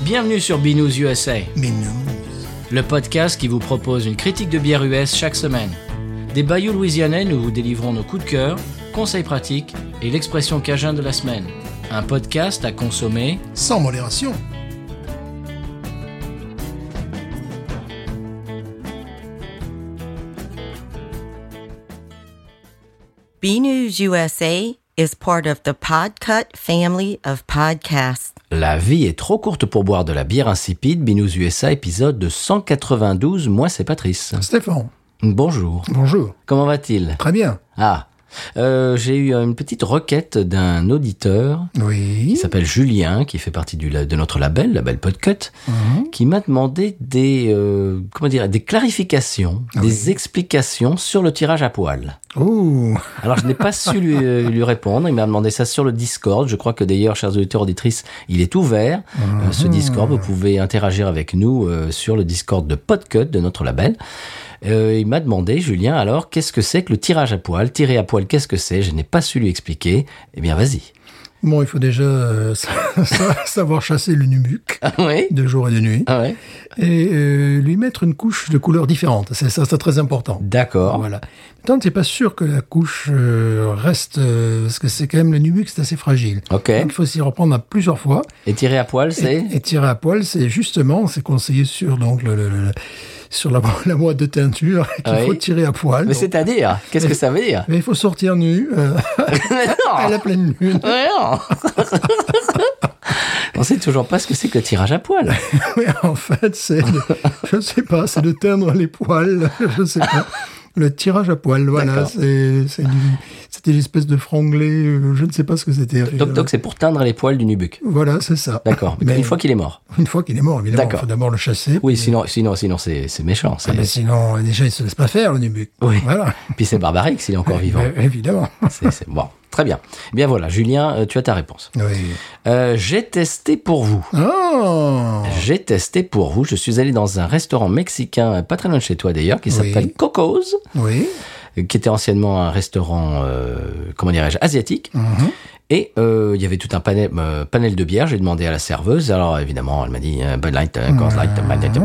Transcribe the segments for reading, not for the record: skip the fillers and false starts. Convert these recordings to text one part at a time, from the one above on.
Bienvenue sur Binous USA, Binous. le podcast qui vous propose une critique de bière US chaque semaine. Des bayous louisianais, nous vous délivrons nos coups de cœur, conseils pratiques et l'expression cajun de la semaine. Un podcast à consommer Sans modération. B-News USA is part of the Podcut family of podcasts. La vie est trop courte pour boire de la bière insipide. Binous USA, épisode 192. Moi, c'est Patrice. Stéphane. Bonjour. Bonjour. Comment va-t-il? Très bien. Ah, j'ai eu une petite requête d'un auditeur qui Oui. s'appelle Julien, qui fait partie de notre label Podcut, qui m'a demandé des clarifications, des explications sur le tirage à poil. Oh. Alors, je n'ai pas su lui répondre. Il m'a demandé ça sur le Discord. Je crois que d'ailleurs, chers auditeurs, auditrices, il est ouvert. Ce Discord, vous pouvez interagir avec nous sur le Discord de Podcut, de notre label. Il m'a demandé, Julien, alors, qu'est-ce que c'est que le tirage à poil? Tirer à poil, qu'est-ce que c'est? Je n'ai pas su lui expliquer. Eh bien, vas-y. Bon, il faut déjà savoir chasser le nubuck Ah oui? de jour et de nuit Ah ouais? et lui mettre une couche de couleur différente. C'est très important. D'accord. Voilà. Maintenant, tu n'es pas sûr que la couche reste, parce que c'est quand même le nubuck, c'est assez fragile. Ok. Donc, il faut s'y reprendre à plusieurs fois. Et tirer à poil, c'est? Et tirer à poil, c'est conseillé sur donc sur la boîte de teinture qu'il Oui. faut tirer à poil. Mais Donc, c'est-à-dire? Qu'est-ce que ça veut dire? mais il faut sortir nu Mais non! à la pleine lune. Ouais, non. On sait toujours pas ce que c'est que le tirage à poil. Oui, en fait, je sais pas, c'est de teindre les poils, je sais pas. Le tirage à poil, voilà, D'accord. c'était l'espèce de franglais, je ne sais pas ce que c'était. Donc c'est pour teindre les poils du nubuck. Voilà, c'est ça. D'accord. Mais une fois qu'il est mort. Une fois qu'il est mort, évidemment, il D'accord. faut d'abord le chasser. Oui, puis- sinon c'est méchant. Ah, mais sinon, déjà, il se laisse pas faire, le nubuck. Oui. Voilà. Puis c'est barbarique s'il est encore vivant. Évidemment. C'est bon. Très bien. Eh bien voilà, Julien, tu as ta réponse. Oui. J'ai testé pour vous. Oh! J'ai testé pour vous. Je suis allé dans un restaurant mexicain, pas très loin de chez toi d'ailleurs, qui Oui. s'appelle Coco's, Oui. qui était anciennement un restaurant, asiatique. Et il y avait tout un panel de bières. J'ai demandé à la serveuse. Alors évidemment, elle m'a dit Bud Light, Coors Light,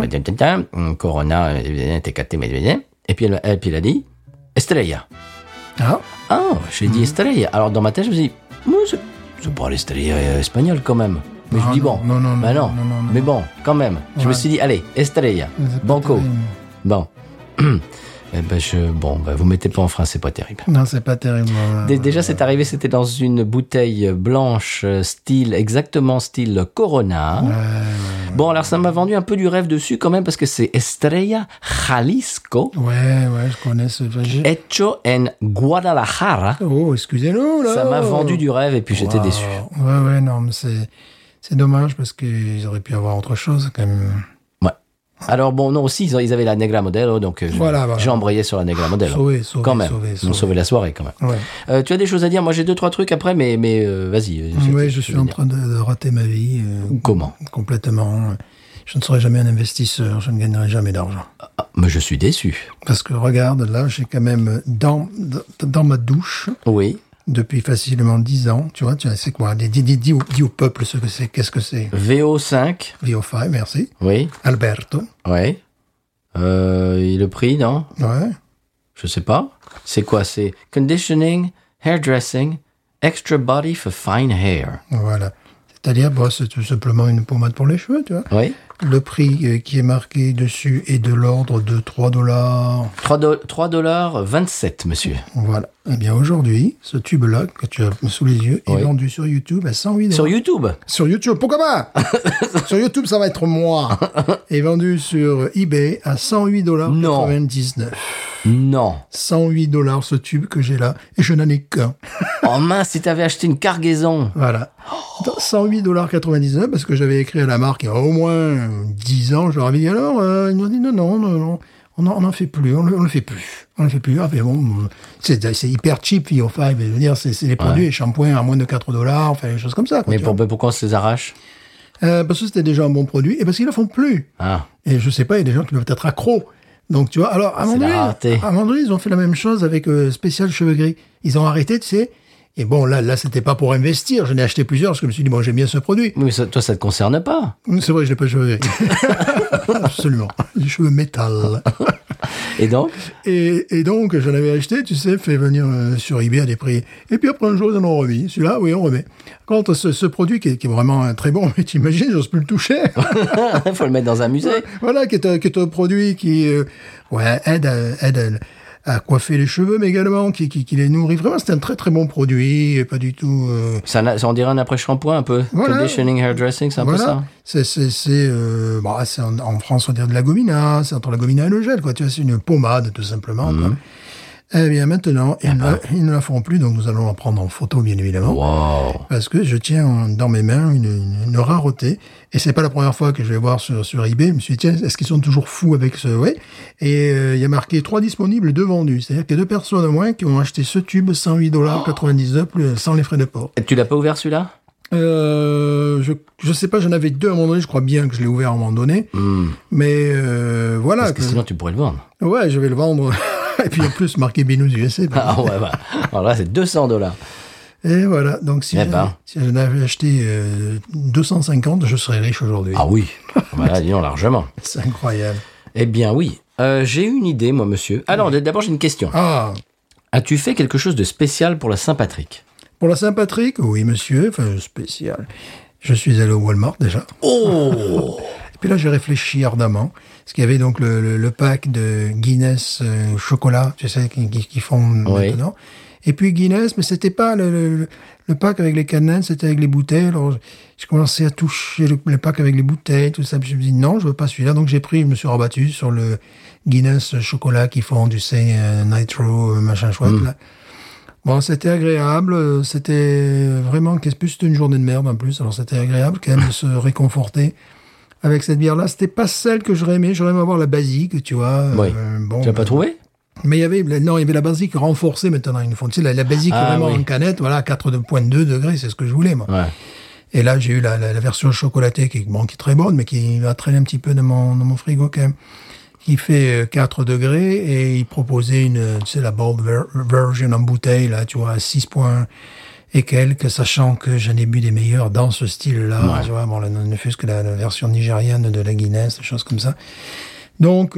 Corona, Tecate, et puis elle a dit Estrella. Ah. Ah, j'ai dit Estrella. Alors dans ma tête, je me suis dit, c'est pas l'Estrella espagnol quand même. Mais je dis bon, non, bah non, non. mais bon, quand même. Je me Ouais. suis dit, allez, Estrella, C'est pas banco. terrible. Bon. Eh ben vous mettez pas en frein, c'est pas terrible. Non, c'est pas terrible. Déjà, c'est arrivé, c'était dans une bouteille blanche, exactement style Corona. Bon, alors ça m'a vendu un peu du rêve dessus quand même, parce que c'est Estrella Jalisco, Ouais, je connais ce... hecho en Guadalajara. Oh, excusez-nous, là. Ça m'a vendu du rêve et puis j'étais Wow. déçu. Ouais, non, mais c'est dommage parce qu'ils auraient pu avoir autre chose quand même. Ouais. Alors bon, non, aussi, ils avaient la Negra Modelo, donc Voilà. j'ai embrayé sur la Negra Modelo. Sauvé, quand même. sauvé. Ils ont sauvé la soirée quand même. Ouais, Tu as des choses à dire? Moi, j'ai 2-3 trucs après, mais vas-y. ouais, je suis en train de rater ma vie. Comment? Complètement. Je ne serai jamais un investisseur, je ne gagnerai jamais d'argent. Ah, mais je suis déçu. Parce que regarde, là, j'ai quand même dans ma douche, Oui. depuis facilement 10 ans, tu vois, c'est quoi? Dis au peuple ce que c'est, qu'est-ce que c'est? VO5. VO5, merci. Oui. Alberto. Ouais. Et le prix, non? Ouais. Je sais pas. C'est quoi? C'est conditioning, hairdressing, extra body for fine hair. Voilà. C'est-à-dire, c'est tout simplement une pommade pour les cheveux, tu vois. Oui. Le prix qui est marqué dessus est de l'ordre de $3. $3,27, monsieur. Voilà. Eh bien, aujourd'hui, ce tube-là, que tu as sous les yeux, est Oui. vendu sur YouTube à $108. Sur YouTube? Sur YouTube, pourquoi pas? Sur YouTube, ça va être moi. Est vendu sur eBay à $108,99. Non. $108 ce tube que j'ai là. Et je n'en ai qu'un. Oh mince, si t'avais acheté une cargaison. Voilà. $108,99 parce que j'avais écrit à la marque il y a au moins 10 ans. Je leur avais dit alors, ils m'ont dit non. On n'en fait plus, on le fait plus. Ah, mais bon, c'est hyper cheap, VO5. Je veux dire, c'est des produits, les shampoings à moins de $4, enfin, des choses comme ça. Quoi, Mais tu vois. pourquoi on se les arrache? Parce que c'était déjà un bon produit et parce qu'ils le font plus. Ah. Et je sais pas, il y a des gens qui doivent être accros. Donc, tu vois, alors, à un moment donné, ils ont fait la même chose avec Spécial Cheveux Gris. Ils ont arrêté, tu sais, Et bon, là, c'était pas pour investir. J'en ai acheté plusieurs parce que je me suis dit, bon, j'aime bien ce produit. Oui, mais toi, ça te concerne pas. C'est vrai, je n'ai pas de cheveux gris. Absolument. Des cheveux métal. Et donc? Et donc, j'en avais acheté, tu sais, fait venir sur eBay à des prix. Et puis après un jour, ils en ont remis. Celui-là, oui, on remet. Contre ce produit qui est vraiment très bon, mais t'imagines, j'ose plus le toucher. Il faut le mettre dans un musée. Voilà, qui est un produit qui aide à coiffer les cheveux, mais également qui les nourrit. Vraiment, c'est un très très bon produit, pas du tout... Ça, on dirait un après-shampoing un peu. Voilà. Conditioning hair dressing, c'est un peu ça. C'est en France, on dirait de la gomina, c'est entre la gomina et le gel, quoi. Tu vois, c'est une pommade, tout simplement, quoi. Eh bien, maintenant, ils ne la font plus, donc nous allons la prendre en photo, bien évidemment. Wow. Parce que je tiens dans mes mains une rareté. Et c'est pas la première fois que je vais voir sur eBay. Je me suis dit, tiens, est-ce qu'ils sont toujours fous avec ce, ouais. Et, il y a marqué 3 disponibles, 2 vendus. C'est-à-dire qu'il y a 2 personnes au moins qui ont acheté ce tube, $108,99, sans les frais de port. Et tu l'as pas ouvert celui-là? Je sais pas, j'en avais 2 à un moment donné, je crois bien que je l'ai ouvert à un moment donné. Mais, voilà. Parce que sinon, tu pourrais le vendre. Ouais, je vais le vendre. Et puis en plus, marqué Binous USA. Ah ouais, bah. Alors là, c'est $200. Et voilà, donc si j'en avais acheté 250, je serais riche aujourd'hui. Ah oui, voilà, disons largement. C'est incroyable. Eh bien oui, j'ai une idée, moi, monsieur. Alors, d'abord, j'ai une question. Ah, As-tu fait quelque chose de spécial pour la Saint-Patrick? pour la Saint-Patrick, oui monsieur, enfin spécial. Je suis allé au Walmart déjà. Oh. Et puis là, j'ai réfléchi ardemment. Parce qu'il y avait donc le pack de Guinness chocolat, tu sais, qui font maintenant. Et puis Guinness, mais c'était pas le pack avec les canettes, c'était avec les bouteilles. Alors, j'ai commencé à toucher le pack avec les bouteilles, tout ça. Puis je me suis dit, non, je veux pas celui-là. Donc je me suis rabattu sur le Guinness chocolat qui font, tu sais, Nitro, machin chouette, là. Bon, c'était agréable. C'était vraiment, c'était une journée de merde en plus. Alors c'était agréable quand même de se réconforter avec cette bière-là. C'était pas celle que j'aurais aimé. J'aurais aimé avoir la basique, tu vois. Oui. Bon, Tu l'as pas trouvé? mais il y avait la basique renforcée maintenant. Ils font, tu sais, la basique vraiment en canette, voilà, 4,2 degrés, c'est ce que je voulais, moi. Ouais. Et là, j'ai eu la version chocolatée qui est très bonne, mais qui va traîner un petit peu dans mon frigo quand même. Qui fait 4 degrés et il proposait la bold version en bouteille, là, tu vois, à 6 points et quelques, sachant que j'en ai bu des meilleurs dans ce style-là, tu vois, bon, ne fût-ce que la version nigériane de la Guinness, des choses comme ça. Donc,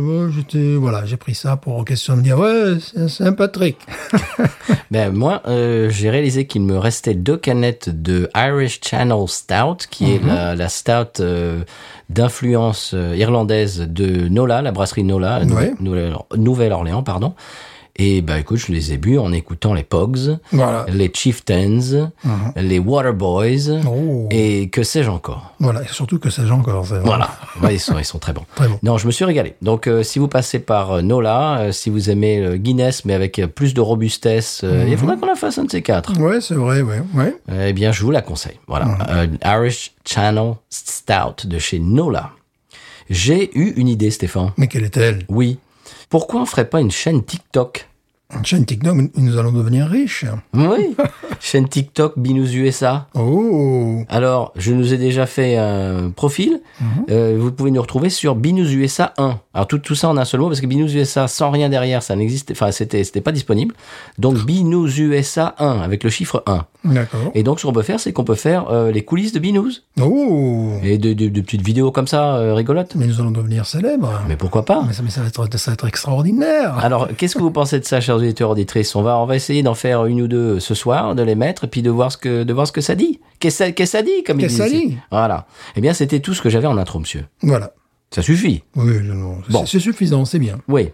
j'ai pris ça pour question de dire, ouais, c'est Saint-Patrick. Ben, moi, j'ai réalisé qu'il me restait 2 canettes de Irish Channel Stout, qui est la stout d'influence irlandaise de Nola, la brasserie Nola, Nouvelle-Orléans, pardon. Et bah écoute, je les ai bu en écoutant les Pogs, les Chieftains, les Waterboys, et que sais-je encore. Voilà, et surtout que sais-je encore. C'est voilà, ouais, ils sont très bons. Très bons. Non, je me suis régalé. Donc si vous passez par Nola, si vous aimez Guinness, mais avec plus de robustesse, il faudra qu'on la fasse un de ces 4. Ouais, c'est vrai, ouais. Eh bien, je vous la conseille. Voilà, Irish Channel Stout de chez Nola. J'ai eu une idée, Stéphane. Mais quelle est-elle? Oui. Pourquoi on ferait pas une chaîne TikTok? Une chaîne TikTok, nous allons devenir riches. Oui. Chaîne TikTok Binous USA. Oh. Alors, je nous ai déjà fait un profil. Vous pouvez nous retrouver sur Binous USA 1. Alors, tout ça en un seul mot, parce que Binous USA sans rien derrière, ça n'existait, enfin, c'était pas disponible. Donc, Binous USA 1, avec le chiffre 1. D'accord. Et donc, ce qu'on peut faire, c'est qu'on peut faire les coulisses de Binous. Oh. Et de petites vidéos comme ça, rigolotes. Mais nous allons devenir célèbres. Mais pourquoi pas? Mais ça va être extraordinaire. Alors, qu'est-ce que vous pensez de ça, chers auditeurs, auditrices? On va essayer d'en faire une ou deux ce soir, de les mettre, et puis de voir ce que ça dit. Qu'est-ce que ça dit, comme ils disent ici. Voilà. Eh bien, c'était tout ce que j'avais en intro, monsieur. Voilà. Ça suffit. Oui, bon. C'est suffisant, c'est bien. Oui.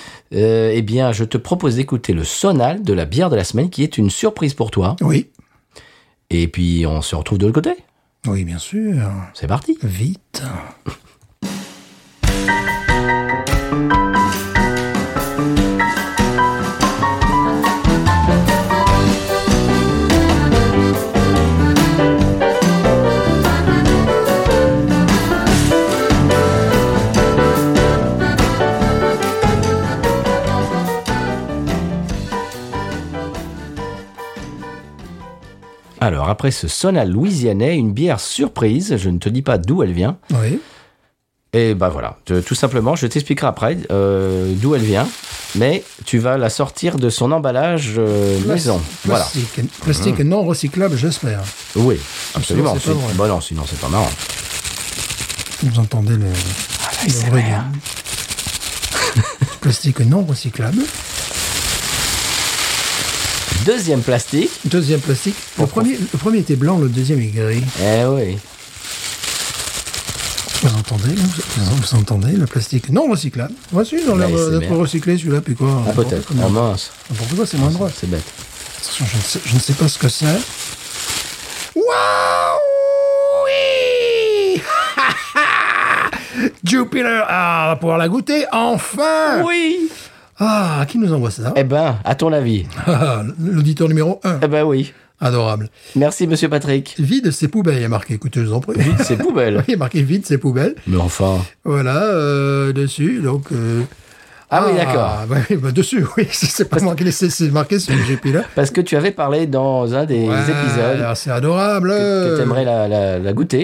Eh bien, je te propose d'écouter le sonal de la bière de la semaine, qui est une surprise pour toi. Oui. Et puis, on se retrouve de l'autre côté. Oui, bien sûr. C'est parti. Vite. Alors, après ce sonal louisianais, une bière surprise, je ne te dis pas d'où elle vient. Oui. Et ben voilà, tout simplement, je t'expliquerai après d'où elle vient, mais tu vas la sortir de son emballage maison. Voilà. Plastique non recyclable, j'espère. Oui, absolument. c'est pas vrai. Bon, non, sinon c'est pas marrant. Vous entendez le bruit du plastique non recyclable. Deuxième plastique. Deuxième plastique. Le premier était blanc, le deuxième est gris. Eh oui. Vous entendez le plastique non recyclable. Voici, ils ont l'air d'être recyclés celui-là, puis quoi. Ah, peut-être. Oh mince. Pourquoi c'est moins droit? C'est bête. Attention, je ne sais pas ce que c'est. Waouh! Oui! Jupiter! Ah, on va pouvoir la goûter, enfin! Oui. Ah, qui nous envoie ça? Eh ben, à ton avis? L'auditeur numéro 1. Eh ben oui. Adorable. Merci, monsieur Patrick. Vide ses poubelles, il y a marqué. Écoutez, je vous en prie. Vide ses poubelles. Il y a marqué vide ses poubelles. Mais enfin. Voilà, dessus, donc... Ah oui, d'accord. Dessus, oui. C'est pas moi qui l'ai marqué sur le GP là. Parce que tu avais parlé dans un des épisodes. C'est adorable. Que tu aimerais la goûter.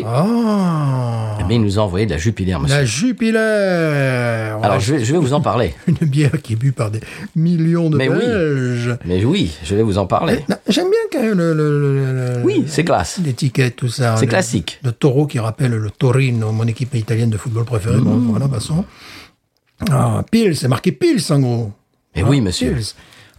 Ah. Mais il nous a envoyé de la Jupiler, monsieur. La Jupiler. Alors, je vais vous en parler. Une bière qui est bue par des millions de Belges. Mais oui, je vais vous en parler. J'aime bien quand même oui, c'est classe. L'étiquette, tout ça. C'est classique. Le taureau qui rappelle le Torino, mon équipe italienne de football préférée. Bon, voilà, passons. Ah, Pils, c'est marqué Pils en gros. Et oui, monsieur. Pils.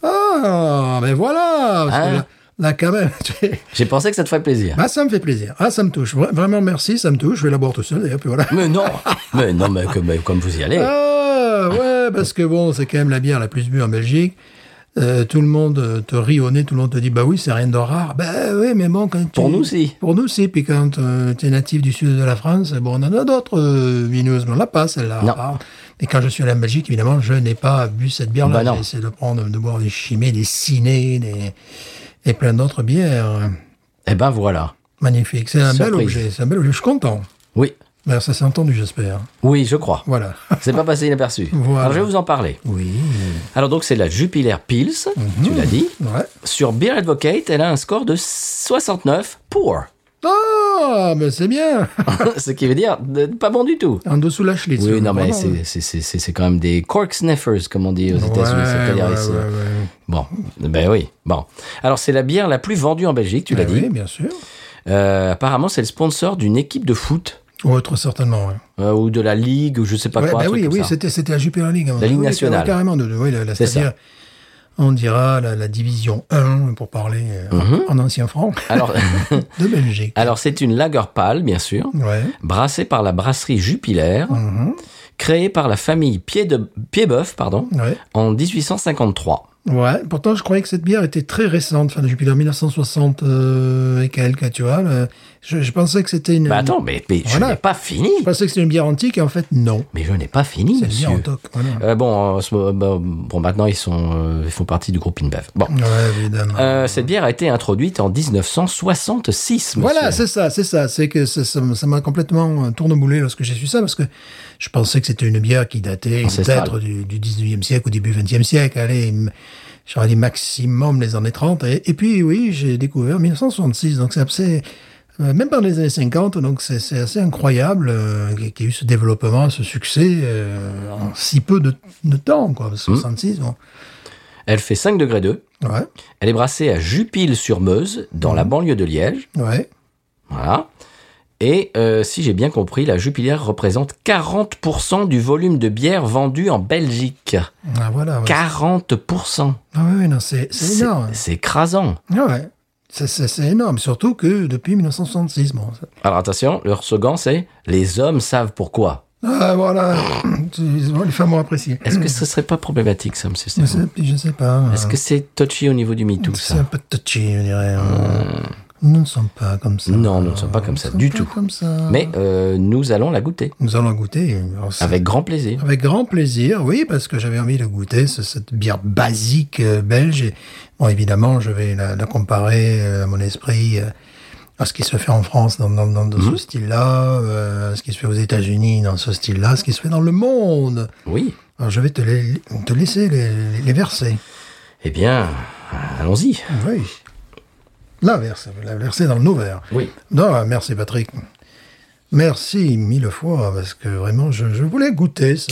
Ah, mais voilà. Parce que là, quand même. J'ai pensé que ça te ferait plaisir. Bah, ça me fait plaisir. Ah, ça me touche. Vraiment, merci, ça me touche. Je vais la boire tout seul, d'ailleurs, puis voilà. Mais non. mais comme vous y allez. Ah, ouais, parce que bon, c'est quand même la bière la plus bue en Belgique. Tout le monde te rit au nez, tout le monde te dit, bah oui, c'est rien de rare. Bah oui, mais bon, quand Pour nous, si. Pour nous, si. Puis quand tu es natif du sud de la France, bon, on en a d'autres vineuses, mais on l'a pas, celle-là. Non. Et quand je suis allé en Belgique, évidemment, je n'ai pas bu cette bière-là. Bah j'ai essayé de boire des Chimay, des Ciné, et plein d'autres bières. Eh ben, voilà. Magnifique. C'est un bel objet. C'est un bel objet. Je suis content. Oui. Ben, ça s'est entendu, j'espère. Oui, je crois. Voilà. C'est pas passé inaperçu. Voilà. Alors, je vais vous en parler. Oui. Alors, donc, c'est la Jupiler Pils, tu l'as dit. Ouais. Sur Beer Advocate, elle a un score de 69 pour. Ah, mais c'est bien. Ce qui veut dire pas bon du tout. En dessous la Schlitz. Oui, non, mais c'est quand même des cork sniffers, comme on dit aux États-Unis. C'est-à-dire ici. Bon, ben oui. Bon. Alors, c'est la bière la plus vendue en Belgique, tu l'as dit. Oui, bien sûr. Apparemment, c'est le sponsor d'une équipe de foot. Très certainement, oui. Ou de la Ligue, ou je sais pas quoi. Oui, c'était la Jupiler League. La Ligue nationale. Carrément, c'est-à-dire, on dira la division 1, pour parler en ancien franc, de Belgique. Alors, c'est une lager pâle, bien sûr, brassée par la brasserie Jupiler, créée par la famille Piedboeuf, en 1853. Ouais, pourtant, je croyais que cette bière était très récente, fin de Jupiler, 1960 et quelques, tu vois. Je pensais que c'était une... Bah attends, mais je n'ai pas fini. Je pensais que c'était une bière antique, et en fait, non. Mais je n'ai pas fini, c'est monsieur. C'est une bière en toc, voilà. Bon, maintenant, ils font partie du groupe InBev. Bon. Ouais, évidemment. Cette bière a été introduite en 1966, monsieur. Voilà, c'est ça. C'est que ça m'a complètement tourneboulé lorsque j'ai su ça, parce que je pensais que c'était une bière qui datait peut-être du 19e siècle ou début 20e siècle. Allez, j'aurais dit maximum les années 30. Et puis, oui, j'ai découvert 1966. Donc, c'est assez... même dans les années 50, donc c'est assez incroyable qu'il y ait eu ce développement, ce succès en si peu de temps, quoi. 66, bon. Elle fait 5 degrés 2. Ouais. Elle est brassée à Jupille-sur-Meuse, dans la banlieue de Liège. Ouais. Voilà. Et si j'ai bien compris, la Jupiler représente 40% du volume de bière vendu en Belgique. Ah, voilà. Ouais. 40%. Ah oui, non, c'est énorme. C'est écrasant. Ah ouais. C'est énorme, surtout que depuis 1966. Bon, alors attention, leur slogan c'est « Les hommes savent pourquoi ». Ah voilà, les femmes ont apprécié. Est-ce que ce serait pas problématique, ça, monsieur Stéphane ? Je sais pas. Est-ce que c'est touchy au niveau du MeToo, ça ? C'est un peu touchy, je dirais. Nous ne sommes pas comme ça. Non, nous ne sommes pas comme ça, du tout. Comme ça. Mais nous allons la goûter. Nous allons la goûter. Avec grand plaisir. Avec grand plaisir, oui, parce que j'avais envie de goûter cette bière basique belge. Et, bon, évidemment, je vais la comparer à mon esprit à ce qui se fait en France dans ce style-là, à ce qui se fait aux États-Unis dans ce style-là, ce qui se fait dans le monde. Oui. Alors, je vais te laisser les verser. Eh bien, allons-y. Oui. La verser dans nos verres. Oui. Non, merci Patrick. Merci 1000 fois, parce que vraiment, je voulais goûter ça.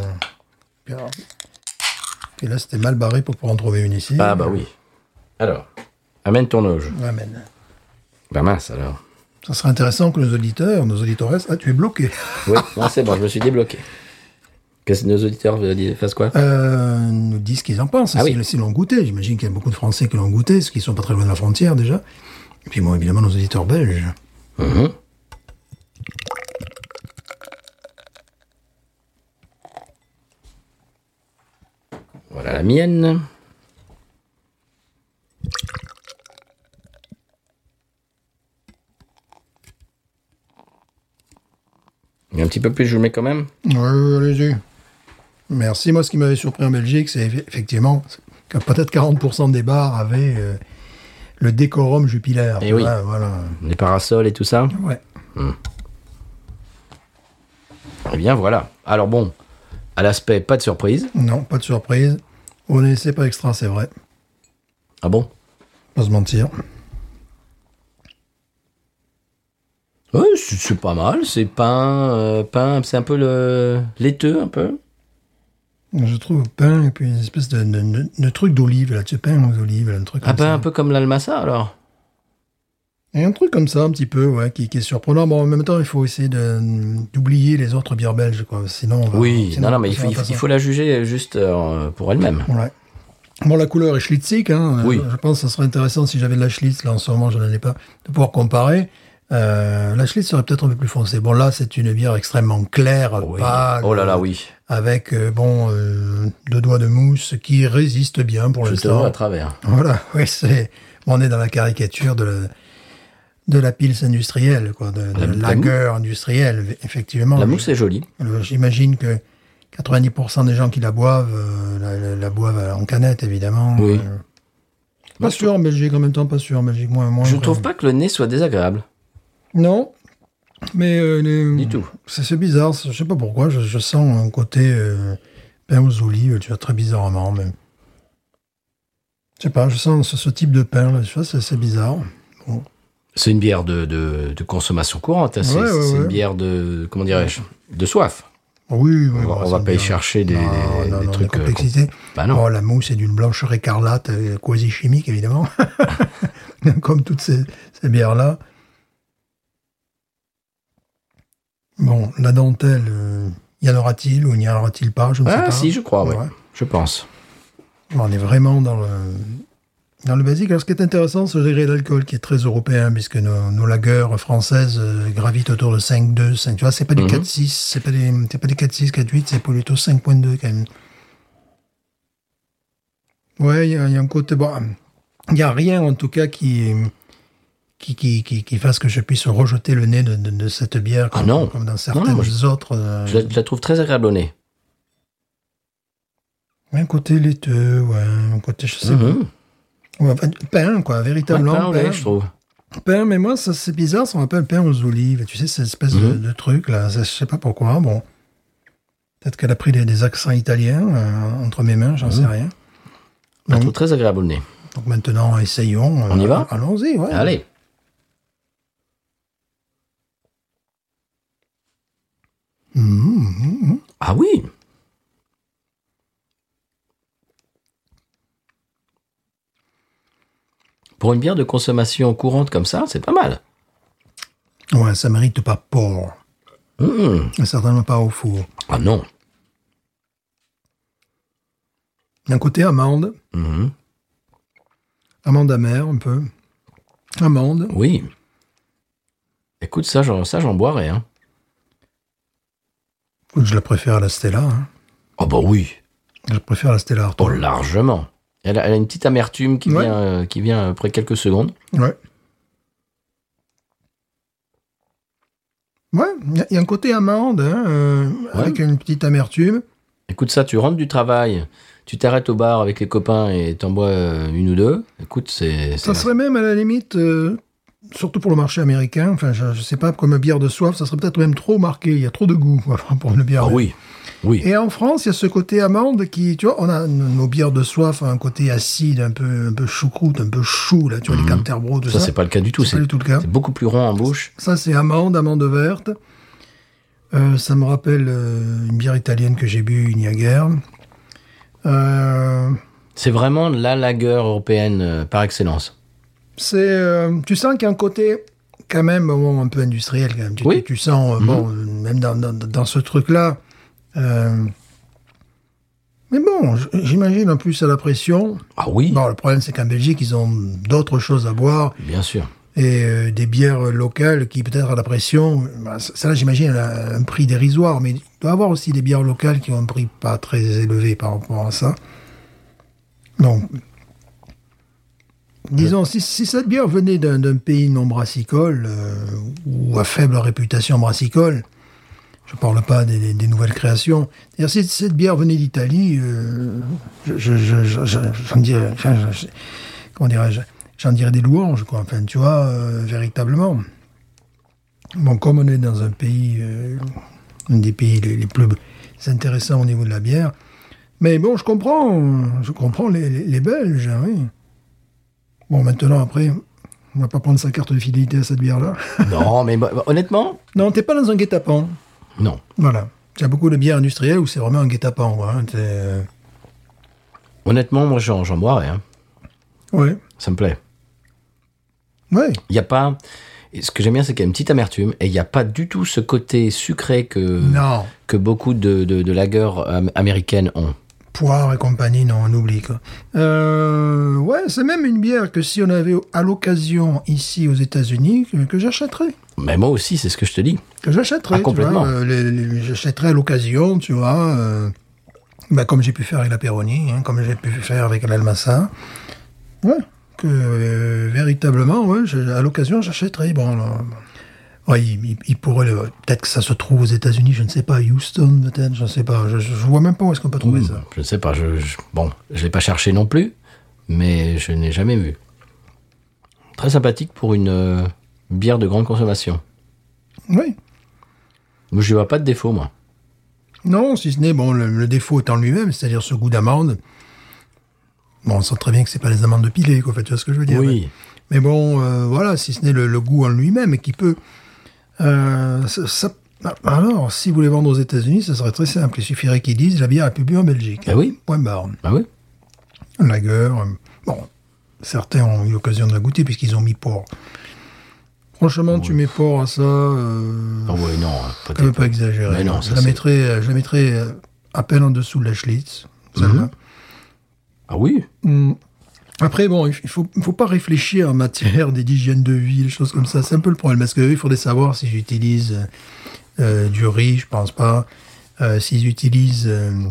Et là, c'était mal barré pour pouvoir en trouver une ici. Ah bah oui. Alors, amène ton auge. Amen. Bah mince alors. Ça serait intéressant que nos auditeurs... Ah, tu es bloqué. Oui, non, c'est bon, je me suis débloqué. Qu'est-ce que nos auditeurs fassent quoi? Nous disent ce qu'ils en pensent, Ah oui. s'ils l'ont goûté. J'imagine qu'il y a beaucoup de Français qui l'ont goûté, parce qu'ils sont pas très loin de la frontière déjà. Et puis bon, évidemment, nos auditeurs belges. Mhm. Voilà la mienne. Et un petit peu plus, je le mets quand même. Oui, allez-y. Merci. Moi, ce qui m'avait surpris en Belgique, c'est effectivement que peut-être 40% des bars avaient le décorum jupilaire. Eh oui. Voilà. Les parasols et tout ça. Ouais. Eh bien, voilà. Alors bon, à l'aspect, pas de surprise. Non, pas de surprise. Au nez, c'est pas extra, c'est vrai. Ah bon? Pas se mentir. Ouais, c'est pas mal. C'est pain, c'est un peu laiteux, un peu. Je trouve pain et puis une espèce de truc d'olive, là. Tu sais, pain aux olives, là, un truc Ah comme ben, ça. un peu comme l'Almasa, alors. Et un truc comme ça, un petit peu, ouais, qui est surprenant. Bon, en même temps, il faut essayer d'oublier les autres bières belges, quoi. Sinon, on va... Oui, sinon, non, mais ça va pas il faut la juger juste pour elle-même. Ouais. Bon, la couleur est schlitzique, hein. Oui. Je pense que ça serait intéressant si j'avais de la Schlitz, là, en ce moment, je n'en ai pas, de pouvoir comparer. La Schlitz serait peut-être un peu plus foncée. Bon, là, c'est une bière extrêmement claire, Oui. pâle. Oh là là, oui. Avec, deux doigts de mousse qui résiste bien pour Je te l'instant. vois à travers. Voilà, oui, on est dans la caricature de la pils industrielle, quoi, de La lager industrielle, effectivement. La mousse est jolie. J'imagine que 90% des gens qui la boivent, la boivent en canette, évidemment. Oui. Pas sûr en Belgique, en même temps, pas sûr en Belgique. Moins Je ne trouve pas que le nez soit désagréable. Non, mais... Du tout. C'est bizarre, je sais pas pourquoi, je sens un côté pain aux olives, tu vois, très bizarrement, mais... Je sais pas, je sens ce type de pain, là, tu vois, c'est bizarre. Bon. C'est une bière de consommation courante. Hein. C'est Ouais. une bière de, comment dirais-je, de soif. Oui, On va pas y chercher des trucs... complexité. Bah non. Oh, la mousse est d'une blancheur écarlate, quasi chimique, évidemment. Comme toutes ces bières-là. Bon, la dentelle, y en aura-t-il ou n'y en aura-t-il pas, je ne sais pas. Ah si, je crois, oui. Ouais. Je pense. On est vraiment dans le basique. Alors, ce qui est intéressant, c'est le degré d'alcool qui est très européen, puisque nos lagers françaises gravitent autour de 5,2, 5. Tu vois, c'est pas du 4,6, c'est pas des 4,6, 4,8, c'est plutôt 5,2 quand même. Ouais, il y a un côté... Bon, il n'y a rien, en tout cas, qui fasse que je puisse rejeter le nez de cette bière, comme, non. comme dans certaines Non, moi, autres. Je la trouve très agréable au nez. Un côté laiteux, ouais, un côté, je sais pas. Ouais, enfin, pain, quoi, véritablement. Pain au lait, je trouve. Pain, mais moi, ça, c'est bizarre, ça m'appelle pain aux olives. Tu sais, cette espèce de truc, là, je sais pas pourquoi, bon. Peut-être qu'elle a pris des accents italiens entre mes mains, j'en sais rien. Je la trouve très agréable au nez. Donc maintenant, essayons. On y va? Allons-y, ouais. Allez. Ah oui. Pour une bière de consommation courante comme ça, c'est pas mal. Ouais, ça mérite pas porc. Et certainement pas au four. Ah non. Il y a un côté amande. Amande amère, un peu. Amande. Oui. Écoute, ça j'en boirais. Hein. Écoute, je la préfère à la Stella. Hein. Oh bah oui. Je préfère la Stella Artois. Oh, largement. Elle a une petite amertume qui vient après quelques secondes. Ouais. Ouais, il y a un côté amande, hein, avec une petite amertume. Écoute ça, tu rentres du travail, tu t'arrêtes au bar avec les copains et t'en bois une ou deux. Écoute, Ça serait même à la limite, surtout pour le marché américain, enfin je sais pas, comme bière de soif, ça serait peut-être même trop marqué, il y a trop de goût pour une bière. Ah oui. Oui. Et en France, il y a ce côté amande qui, tu vois, on a nos bières de soif, un côté acide, un peu choucroute, un peu chou, là, tu vois, les Canterbro, tout ça. Ça, c'est pas le cas du tout. C'est pas du tout le cas. C'est beaucoup plus rond en bouche. Ça, c'est amande verte. Ça me rappelle une bière italienne que j'ai bu il y a guère. C'est vraiment la lager européenne par excellence. Tu sens qu'il y a un côté quand même bon, un peu industriel. Quand même. Oui. Tu sens, bon, même dans ce truc-là. Mais bon, j'imagine en plus à la pression. Ah oui, Bon, le problème, c'est qu'en Belgique, ils ont d'autres choses à boire. bien sûr. Et des bières locales qui, peut-être à la pression, ça là, j'imagine, elle a un prix dérisoire. Mais il doit y avoir aussi des bières locales qui ont un prix pas très élevé par rapport à ça. Donc, disons, si cette bière venait d'un pays non brassicole ou à faible réputation brassicole, je parle pas des nouvelles créations. C'est-à-dire, si cette bière venait d'Italie, j'en dirais, comment dirais-je, j'en dirais des louanges, quoi. Enfin, tu vois, véritablement. Bon, comme on est dans un pays, un des pays les plus intéressants au niveau de la bière, mais bon, je comprends les Belges, hein, oui. Bon, maintenant, après, on va pas prendre sa carte de fidélité à cette bière-là. Non, mais honnêtement, Non, t'es pas dans un guet-apens. non. Voilà. Il y a beaucoup de bières industrielles où c'est vraiment un guet-apens, quoi, hein. Honnêtement, moi, j'en boirais. Hein. Ouais. Ça me plaît. Ouais. Il n'y a pas... et ce que j'aime bien, c'est qu'il y a une petite amertume et il n'y a pas du tout ce côté sucré Non. que beaucoup de lagers américaines ont. Poire et compagnie, non, on oublie, quoi. Ouais, c'est même une bière que si on avait à l'occasion ici aux États-Unis, que j'achèterais. Mais moi aussi, c'est ce que je te dis. Que j'achèterais. Ah, complètement. Tu vois, j'achèterais à l'occasion, tu vois. Comme j'ai pu faire avec la Peroni, hein, comme j'ai pu faire avec l'Almassa. Ouais. Que véritablement, ouais, à l'occasion, j'achèterais. Bon, là, ouais, il pourrait, peut-être que ça se trouve aux États-Unis, je ne sais pas, Houston, peut-être, je ne sais pas. Je vois même pas où est-ce qu'on peut trouver ça. Je ne sais pas. Bon, je l'ai pas cherché non plus, mais je n'ai jamais vu. Très sympathique pour une bière de grande consommation. Oui. Moi, je ne vois pas de défaut, moi. Non, si ce n'est, bon, le défaut étant lui-même, c'est-à-dire ce goût d'amande. Bon, on sent très bien que c'est pas les amandes de pilée, quoi, en fait, tu vois ce que je veux dire. Oui. Mais bon, voilà, si ce n'est le goût en lui-même, et qui peut... alors, si vous voulez vendre aux États-Unis, ça serait très simple. Il suffirait qu'ils disent la bière est publiée en Belgique. Ah oui. Point barre. Ah oui. Un lager. Bon, certains ont eu l'occasion de la goûter puisqu'ils ont mis porc. Franchement, tu mets porc à ça. Ah oui, non. Quand même pas exagéré. Mais non, je la mettrais à peine en dessous de la Schlitz, celle-là. Ah oui. Après, bon, il faut pas réfléchir en matière d'hygiène de vie, des choses comme ça. C'est un peu le problème. Parce qu'il faudrait savoir si j'utilise du riz, je pense pas. S'ils utilisent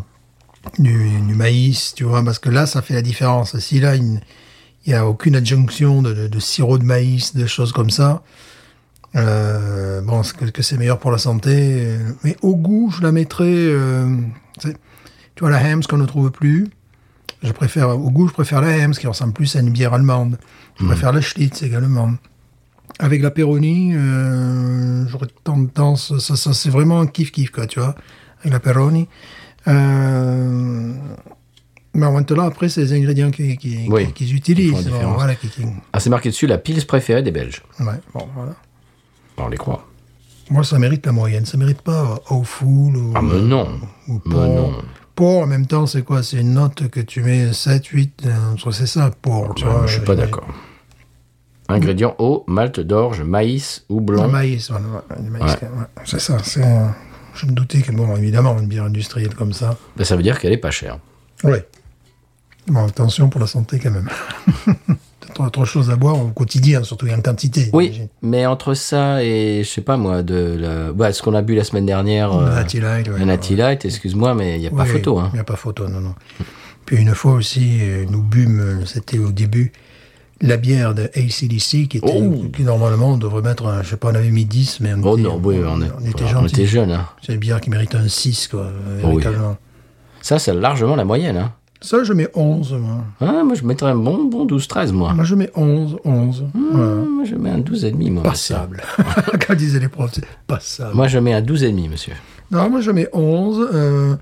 du maïs, tu vois. Parce que là, ça fait la différence. Si là, il n'y a aucune adjonction de sirop de maïs, de choses comme ça, bon, que c'est meilleur pour la santé. Mais au goût, je la mettrais... tu vois, la Hamm's qu'on ne trouve plus... Au goût, je préfère la Hamm's, qui ressemble plus à une bière allemande. Je préfère la Schlitz également. Avec la Peroni, j'aurais tendance... Ça, c'est vraiment un kiff-kiff, quoi, tu vois. Avec la Peroni. Mais maintenant, après, c'est les ingrédients qu'ils utilisent. Bon, voilà, Ah, c'est marqué dessus la pils préférée des Belges. Ouais, bon, voilà. On les croit. Moi, ça mérite la moyenne. Ça mérite pas Au Full ou... Ah, mais non. Ou Mais porc. non. Porc, en même temps, c'est quoi? C'est une note que tu mets 7, 8, c'est ça, porc. Tu vois, Je suis pas d'accord. Ingrédients eau, malt d'orge, maïs, houblon. Le maïs, voilà. Du maïs, ouais. C'est ça. Je me doutais que, bon, évidemment, une bière industrielle comme ça. Ben, ça veut dire qu'elle est pas chère. Oui. Bon, attention pour la santé, quand même. Peut-être autre chose à boire au quotidien, surtout en quantité. Oui, j'imagine. mais entre ça et, je sais pas moi, ce qu'on a bu la semaine dernière, Natty Light, ouais. un Natty Light, excuse-moi, mais il n'y a pas photo. Hein. Il n'y a pas photo, non. Puis une fois aussi, nous bûmes, c'était au début, la bière de AC/DC qui normalement on devrait mettre, je sais pas, on avait mis 10, mais on était jeunes. Hein. C'est une bière qui mérite un 6, quoi, véritablement. Ça, c'est largement la moyenne. Hein. Ça, je mets 11, moi. Ah, moi, je mettrais un bon 12-13, moi. Moi, je mets 11. Voilà. Moi, je mets un 12,5, moi. Passable. Quand disaient les profs, c'est passable. Moi, je mets un 12,5, monsieur. Non, moi, je mets 11.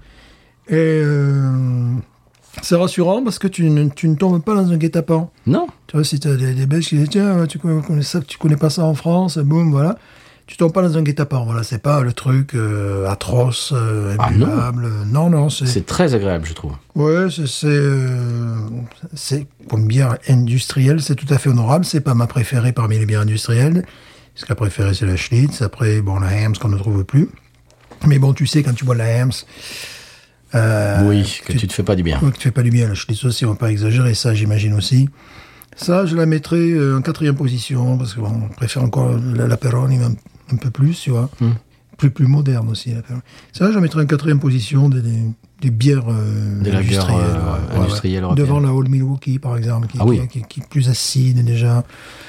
C'est rassurant parce que tu ne tombes pas dans un guet-apens. Non. Tu vois, si tu as des Belges qui disent, tiens, tu connais pas ça en France, boum, voilà. tu tombes pas dans un guet-apens. Voilà, c'est pas le truc atroce, imbuvable. Non, C'est très agréable, je trouve. Ouais, c'est pour une bière industrielle, c'est tout à fait honorable. C'est pas ma préférée parmi les bières industrielles. Parce que la préférée, c'est la Schlitz. Après, bon, la Hamm's qu'on ne trouve plus. Mais bon, tu sais, quand tu bois la Hamm's... oui, que tu te fais pas du bien. Ouais, que tu te fais pas du bien. La Schlitz aussi, on va pas exagérer. Ça, j'imagine aussi. Ça, je la mettrais en 4e position. Parce que bon, on préfère encore la Peroni un peu plus, tu vois. Plus moderne aussi, la Peroni. Ça, je la mettrais en 4e position des bières industrielles européennes. Devant la Old Milwaukee, par exemple, qui est plus acide déjà.